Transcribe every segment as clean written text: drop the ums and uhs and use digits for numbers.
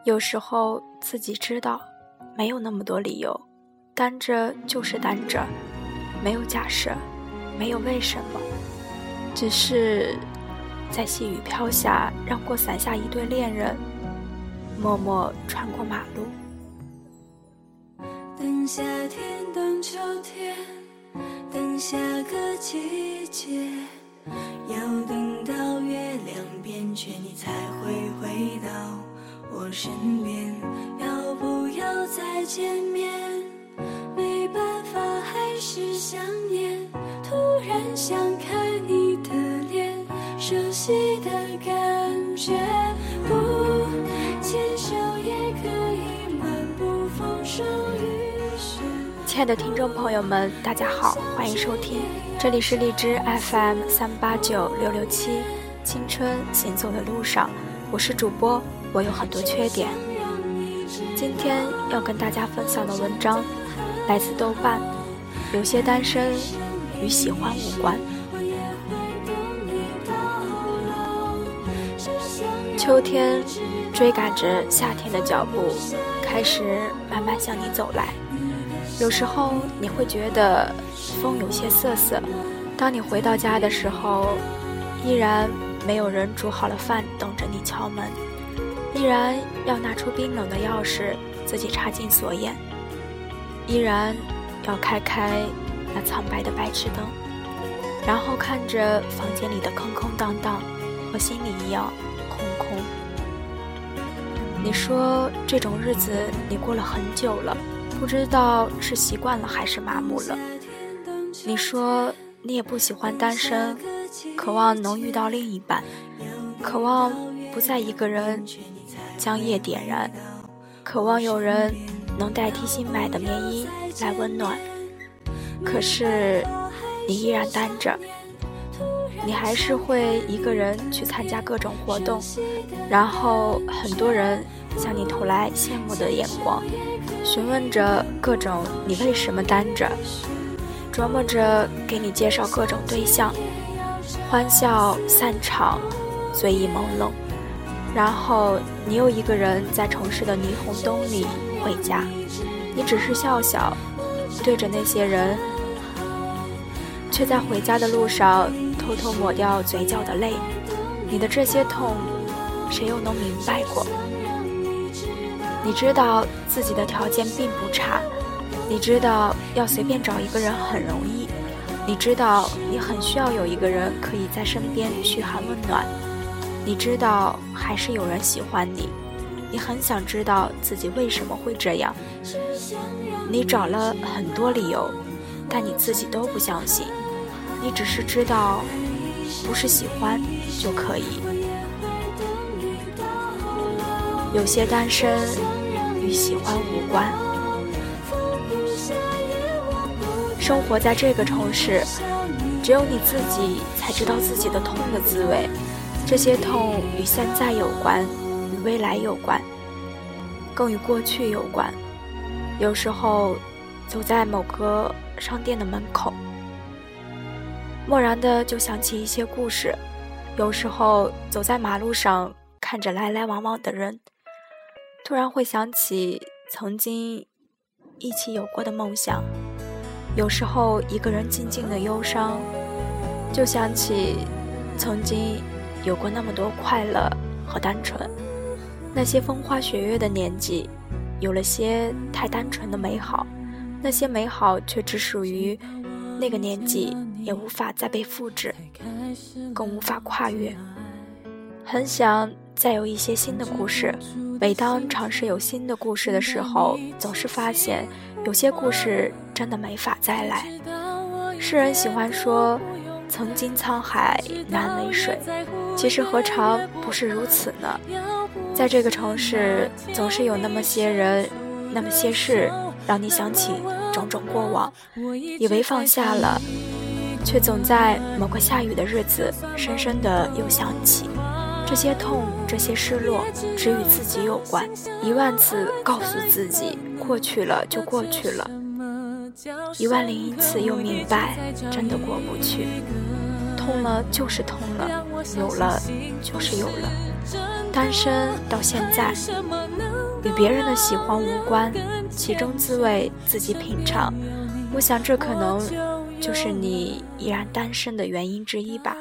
有时候自己知道没有那么多理由，单着就是单着，没有假设，没有为什么，只是在细雨飘下，让过伞下一对恋人默默穿过马路。 等夏天，等秋天，等下个季节，要等到月亮变缺，你才会回到我身边。要不要再见面？没办法，还是想念。突然想看你的脸，熟悉的感觉。不牵手也可以漫步风霜雨雪。 亲爱的听众朋友们，大家好，欢迎收听，这里是荔枝 FM389667青春行走的路上，我是主播，我有很多缺点。今天要跟大家分享的文章来自豆瓣，有些单身与喜欢无关。秋天追赶着夏天的脚步，开始慢慢向你走来。有时候你会觉得风有些涩涩，当你回到家的时候，依然没有人煮好了饭等着你敲门，依然要拿出冰冷的钥匙自己插进锁眼，依然要开那苍白的白炽灯，然后看着房间里的空空荡荡，和心里一样空空。你说这种日子你过了很久了，不知道是习惯了还是麻木了。你说你也不喜欢单身，渴望能遇到另一半，渴望不再一个人将夜点燃，渴望有人能代替新买的棉衣来温暖。可是你依然单着，你还是会一个人去参加各种活动，然后很多人向你投来羡慕的眼光，询问着各种你为什么单着，琢磨着给你介绍各种对象，欢笑散场，醉意朦胧，然后你又一个人在城市的霓虹灯里回家，你只是笑笑对着那些人，却在回家的路上偷偷抹掉嘴角的泪。你的这些痛，谁又能明白过？你知道自己的条件并不差，你知道要随便找一个人很容易，你知道你很需要有一个人可以在身边嘘寒问暖，你知道还是有人喜欢你，你很想知道自己为什么会这样，你找了很多理由，但你自己都不相信，你只是知道不是喜欢就可以。有些单身与喜欢无关。生活在这个城市，只有你自己才知道自己的痛的滋味，这些痛与现在有关，与未来有关，更与过去有关。有时候走在某个商店的门口，蓦然的就想起一些故事，有时候走在马路上，看着来来往往的人，突然会想起曾经一起有过的梦想。有时候一个人静静的忧伤，就想起曾经有过那么多快乐和单纯，那些风花雪月的年纪，有了些太单纯的美好，那些美好却只属于那个年纪，也无法再被复制，更无法跨越。很想再有一些新的故事，每当尝试有新的故事的时候，总是发现有些故事真的没法再来。世人喜欢说曾经沧海难为水，其实何尝不是如此呢？在这个城市，总是有那么些人，那么些事，让你想起种种过往，以为放下了，却总在某个下雨的日子，深深的又想起。这些痛，这些失落，只与自己有关。10000次告诉自己，过去了就过去了。10001次又明白，真的过不去。痛了就是痛了，有了就是有了。单身到现在， 与别人的喜欢无关，其中滋味自己品尝。我想这可能就是你依然单身的原因之一吧。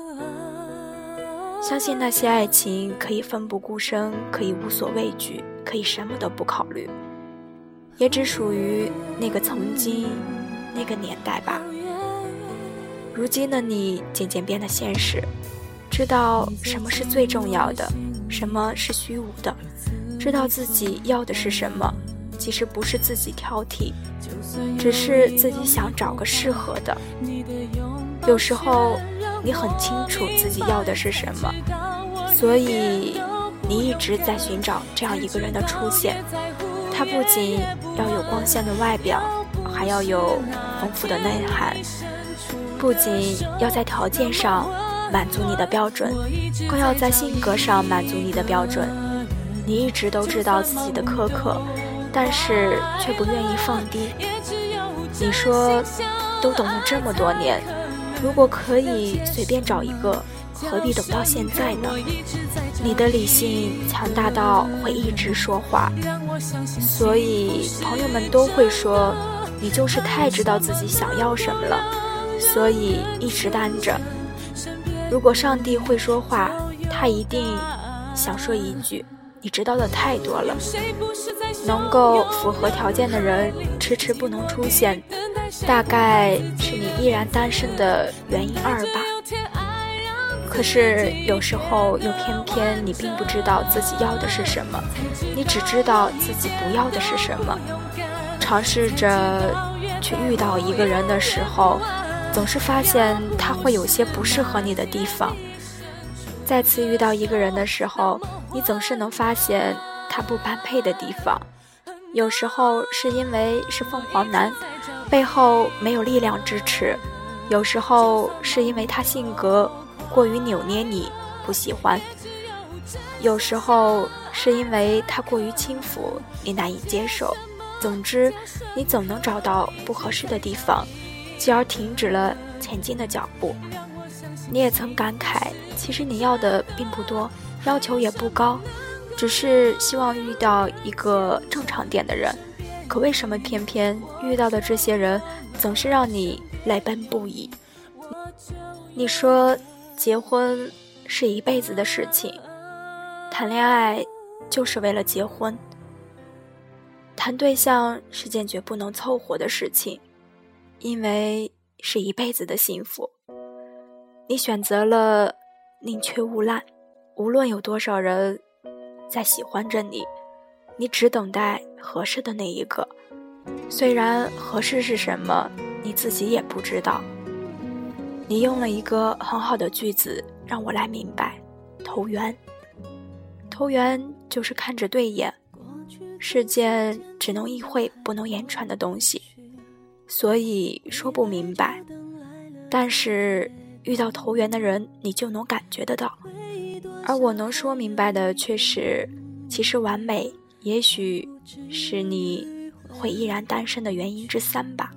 相信那些爱情可以奋不顾身，可以无所畏惧，可以什么都不考虑，也只属于那个曾经那个年代吧。如今的你渐渐变得现实，知道什么是最重要的，什么是虚无的，知道自己要的是什么，其实不是自己挑剔，只是自己想找个适合的。有时候你很清楚自己要的是什么，所以你一直在寻找这样一个人的出现。他不仅要有光鲜的外表，还要有丰富的内涵，不仅要在条件上满足你的标准，更要在性格上满足你的标准。你一直都知道自己的苛刻，但是却不愿意放低。你说都等了这么多年，如果可以随便找一个，何必等到现在呢？你的理性强大到会一直说话，所以朋友们都会说你就是太知道自己想要什么了，所以一直单着。如果上帝会说话，他一定想说一句，你知道的太多了。能够符合条件的人迟迟不能出现，大概是你依然单身的原因二吧。可是有时候又偏偏你并不知道自己要的是什么，你只知道自己不要的是什么。尝试着去遇到一个人的时候，总是发现他会有些不适合你的地方。再次遇到一个人的时候，你总是能发现他不般配的地方。有时候是因为是凤凰男，背后没有力量支持；有时候是因为他性格过于扭捏你不喜欢；有时候是因为他过于轻浮你难以接受。总之，你总能找到不合适的地方，继而停止了前进的脚步。你也曾感慨，其实你要的并不多，要求也不高，只是希望遇到一个正常点的人。可为什么偏偏遇到的这些人总是让你泪奔不已？你说结婚是一辈子的事情，谈恋爱就是为了结婚，谈对象是件绝不能凑合的事情，因为是一辈子的幸福。你选择了宁缺毋滥，无论有多少人在喜欢着你，你只等待合适的那一个。虽然合适是什么，你自己也不知道。你用了一个很好的句子让我来明白，投缘。投缘就是看着对眼，是件只能意会不能言传的东西，所以说不明白。但是遇到投缘的人，你就能感觉得到。而我能说明白的却是，其实完美也许是你会依然单身的原因之三吧。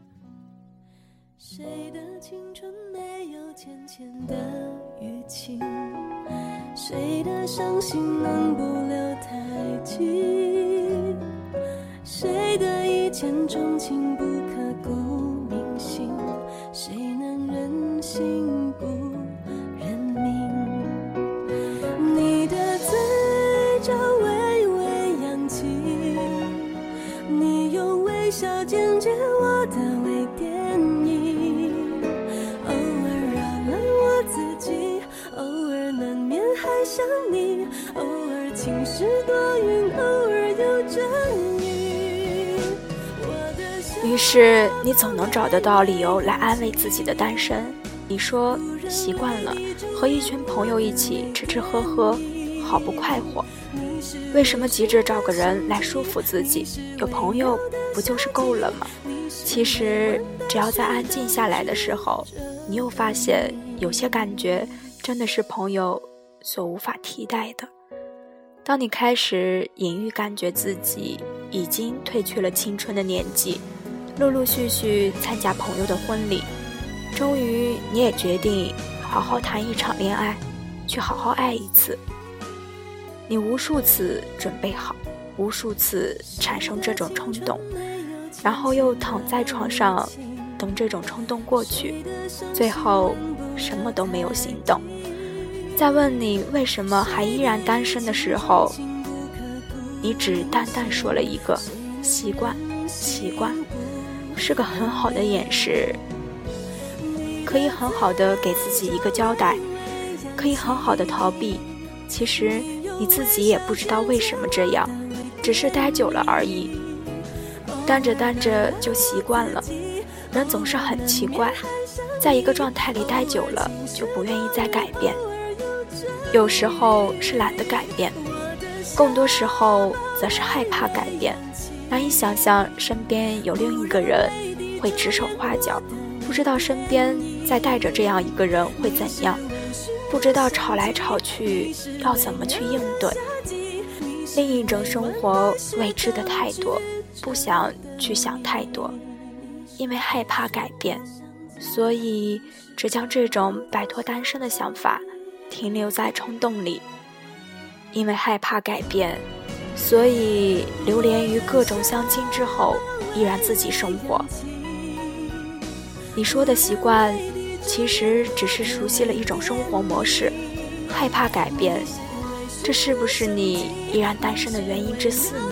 谁的青春没有浅浅的淤青，谁的伤心能不留太久，谁的一见钟情不刻骨铭心，谁能忍心不认命。你的嘴角微微扬起，你用微笑剪接我的微电影，偶尔扰乱我自己，偶尔难免还想你，偶尔晴时多云，偶尔有阵雨。 于是你总能找得到理由来安慰自己的单身。你说习惯了和一群朋友一起吃吃喝喝，好不快活，为什么急着找个人来束缚自己？有朋友不就是够了吗？其实只要在安静下来的时候，你又发现有些感觉真的是朋友所无法替代的。当你开始隐约感觉自己已经褪去了青春的年纪，陆陆续续参加朋友的婚礼，终于你也决定好好谈一场恋爱，去好好爱一次。你无数次准备好， 无数次产生这种冲动，然后又躺在床上等这种冲动过去，最后什么都没有行动。在问你为什么还依然单身的时候，你只淡淡说了一个习惯，习惯是个很好的掩饰，可以很好的给自己一个交代，可以很好的逃避。其实你自己也不知道为什么这样，只是待久了而已，单着单着就习惯了。人总是很奇怪，在一个状态里待久了就不愿意再改变，有时候是懒得改变，更多时候则是害怕改变，难以想象身边有另一个人会指手画脚，不知道身边再带着这样一个人会怎样，不知道吵来吵去要怎么去应对。另一种生活未知的太多，不想去想太多，因为害怕改变，所以只将这种摆脱单身的想法停留在冲动里。因为害怕改变，所以流连于各种相亲之后依然自己生活。你说的习惯其实只是熟悉了一种生活模式，害怕改变，这是不是你依然单身的原因之四呢？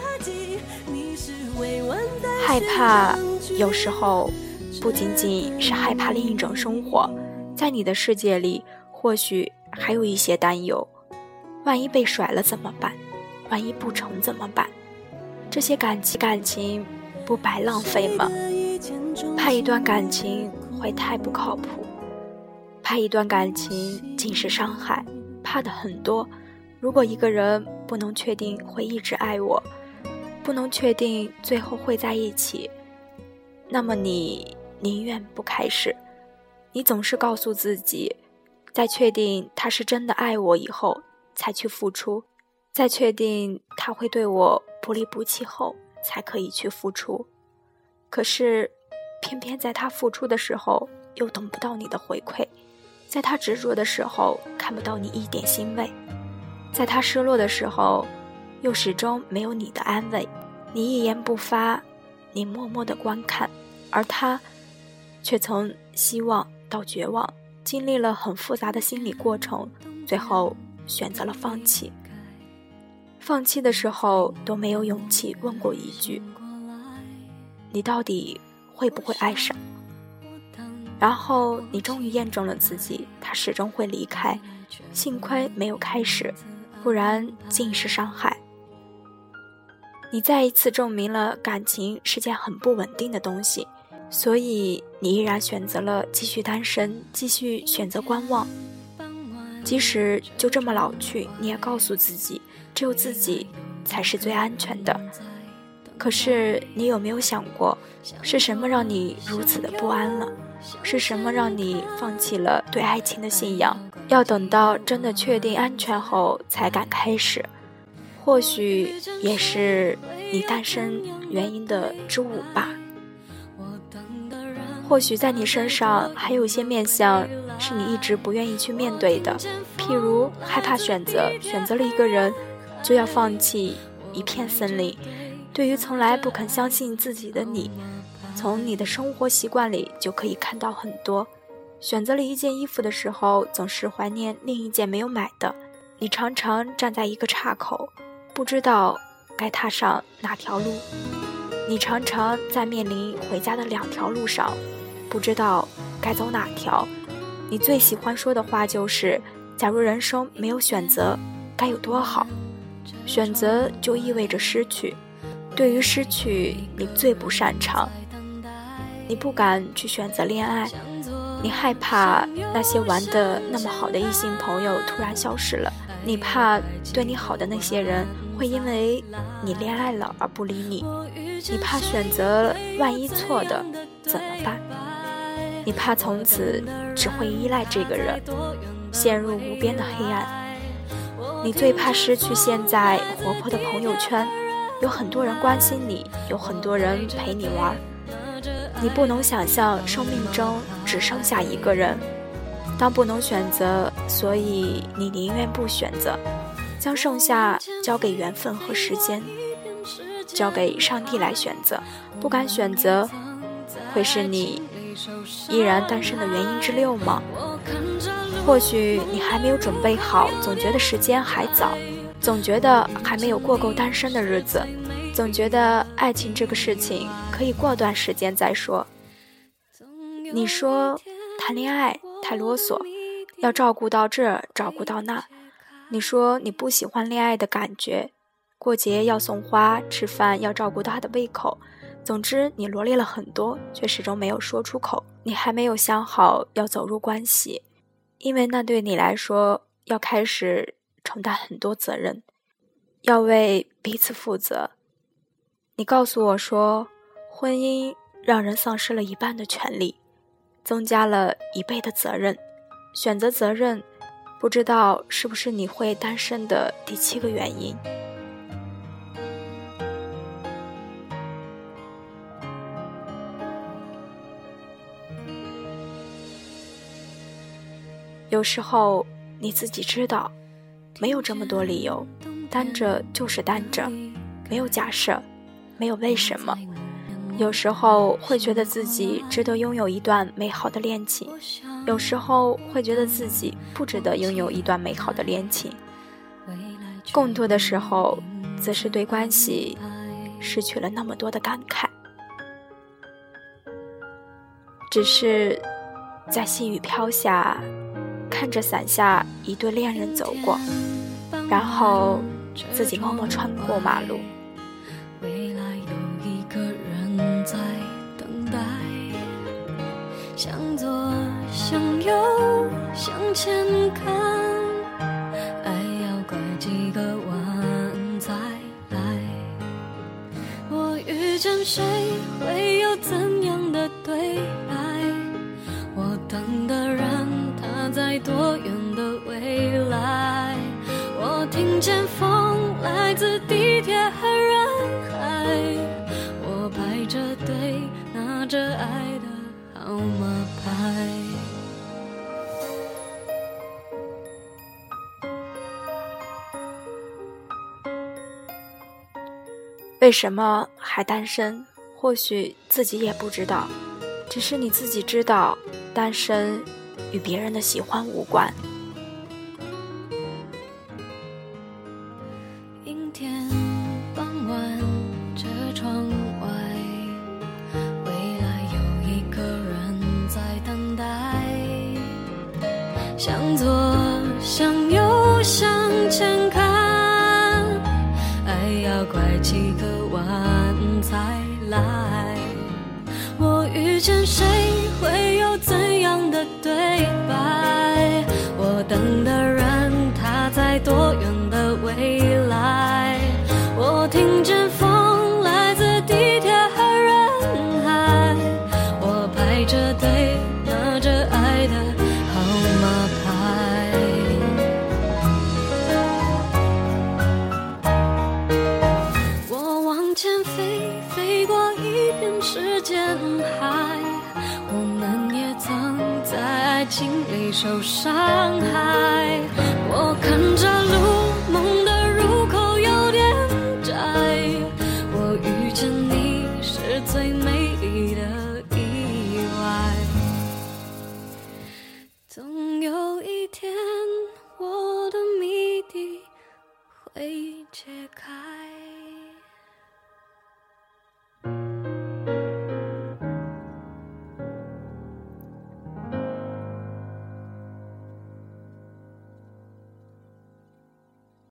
害怕有时候不仅仅是害怕另一种生活，在你的世界里或许还有一些担忧，万一被甩了怎么办？万一不成怎么办？这些感情不白浪费吗？怕一段感情会太不靠谱，怕一段感情尽是伤害，怕的很多。如果一个人不能确定会一直爱我，不能确定最后会在一起，那么你宁愿不开始。你总是告诉自己，在确定他是真的爱我以后才去付出，在确定他会对我不离不弃后才可以去付出。可是偏偏在他付出的时候又等不到你的回馈，在他执着的时候看不到你一点欣慰，在他失落的时候又始终没有你的安慰。你一言不发，你默默地观看，而他却从希望到绝望，经历了很复杂的心理过程，最后选择了放弃。放弃的时候都没有勇气问过一句，你到底会不会爱上？然后你终于验证了自己，他始终会离开，幸亏没有开始，不然尽是伤害。你再一次证明了感情是件很不稳定的东西，所以你依然选择了继续单身，继续选择观望。即使就这么老去，你也告诉自己，只有自己才是最安全的。可是你有没有想过，是什么让你如此的不安了？是什么让你放弃了对爱情的信仰，要等到真的确定安全后才敢开始？或许也是你单身原因的之五吧。或许在你身上还有一些面向是你一直不愿意去面对的，譬如害怕选择了一个人就要放弃一片森林。对于从来不肯相信自己的你，从你的生活习惯里就可以看到很多。选择了一件衣服的时候，总是怀念另一件没有买的。你常常站在一个岔口，不知道该踏上哪条路。你常常在面临回家的两条路上，不知道该走哪条。你最喜欢说的话就是，假如人生没有选择，该有多好。选择就意味着失去，对于失去你最不擅长。你不敢去选择恋爱，你害怕那些玩得那么好的异性朋友突然消失了，你怕对你好的那些人会因为你恋爱了而不理你，你怕选择万一错的怎么办？你怕从此只会依赖这个人，陷入无边的黑暗。你最怕失去现在活泼的朋友圈，有很多人关心你，有很多人陪你玩。你不能想象生命中只剩下一个人，当不能选择，所以你宁愿不选择。 将剩下交给缘分和时间，交给上帝来选择。不敢选择，会是你依然单身的原因之6吗？或许你还没有准备好，总觉得时间还早，总觉得还没有过够单身的日子，总觉得爱情这个事情可以过段时间再说。你说谈恋爱太啰嗦，要照顾到这照顾到那。你说你不喜欢恋爱的感觉，过节要送花，吃饭要照顾他的胃口。总之你罗列了很多，却始终没有说出口。你还没有想好要走入关系，因为那对你来说要开始承担很多责任，要为彼此负责。你告诉我说，婚姻让人丧失了一半的权利，增加了1倍的责任。选择责任，不知道是不是你会单身的第7个原因。有时候你自己知道，没有这么多理由，单着就是单着，没有假设，没有为什么。有时候会觉得自己值得拥有一段美好的恋情，有时候会觉得自己不值得拥有一段美好的恋情。更多的时候，则是对关系失去了那么多的感慨。只是在细雨飘下，看着伞下一对恋人走过，然后自己默默穿过马路。 未来有一个人在等待，向左向右向前看，爱要拐几个弯才来。我遇见谁会有怎样的对白？我等的人他在多远的未来？我听见风来自地铁和人海，我排着队拿着爱的号码牌。 为什么还单身？或许自己也不知道，只是你自己知道，单身与别人的喜欢无关。 阴天傍晚，车窗外，未来有一个人在等待，向左向右向前看，爱要拐几个弯才来。我遇见谁会有怎样的对白？我等的人他在多远的未来？我听见风来自地铁和人海，我排着队拿着爱的号码牌。我往前飞，飞过一片时间海，我们也曾在爱情里受伤害。我看着路，梦的入口有点窄，我遇见你是最美丽的意外。总有一天，我的谜底会